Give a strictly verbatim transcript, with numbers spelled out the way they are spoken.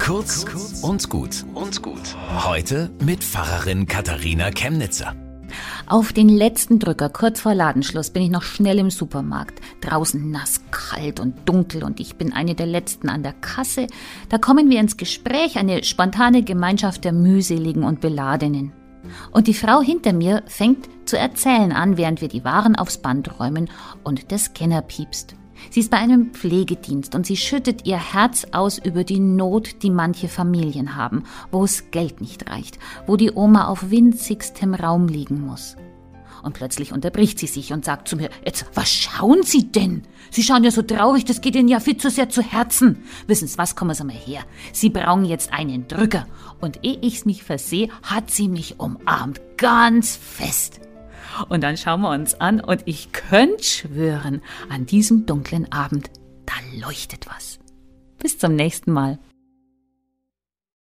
Kurz und gut und gut. Heute mit Pfarrerin Katharina Chemnitzer. Auf den letzten Drücker, kurz vor Ladenschluss, bin ich noch schnell im Supermarkt. Draußen nass, kalt und dunkel und ich bin eine der Letzten an der Kasse. Da kommen wir ins Gespräch, eine spontane Gemeinschaft der Mühseligen und Beladenen. Und die Frau hinter mir fängt zu erzählen an, während wir die Waren aufs Band räumen und der Scanner piepst. Sie ist bei einem Pflegedienst und sie schüttet ihr Herz aus über die Not, die manche Familien haben, wo es Geld nicht reicht, wo die Oma auf winzigstem Raum liegen muss. Und plötzlich unterbricht sie sich und sagt zu mir, jetzt, was schauen Sie denn? Sie schauen ja so traurig, das geht Ihnen ja viel zu sehr zu Herzen. Wissen Sie was, kommen Sie mal her. Sie brauchen jetzt einen Drücker. Und ehe ich's mich versehe, hat sie mich umarmt, ganz fest. Und dann schauen wir uns an und ich könnte schwören, an diesem dunklen Abend, da leuchtet was. Bis zum nächsten Mal.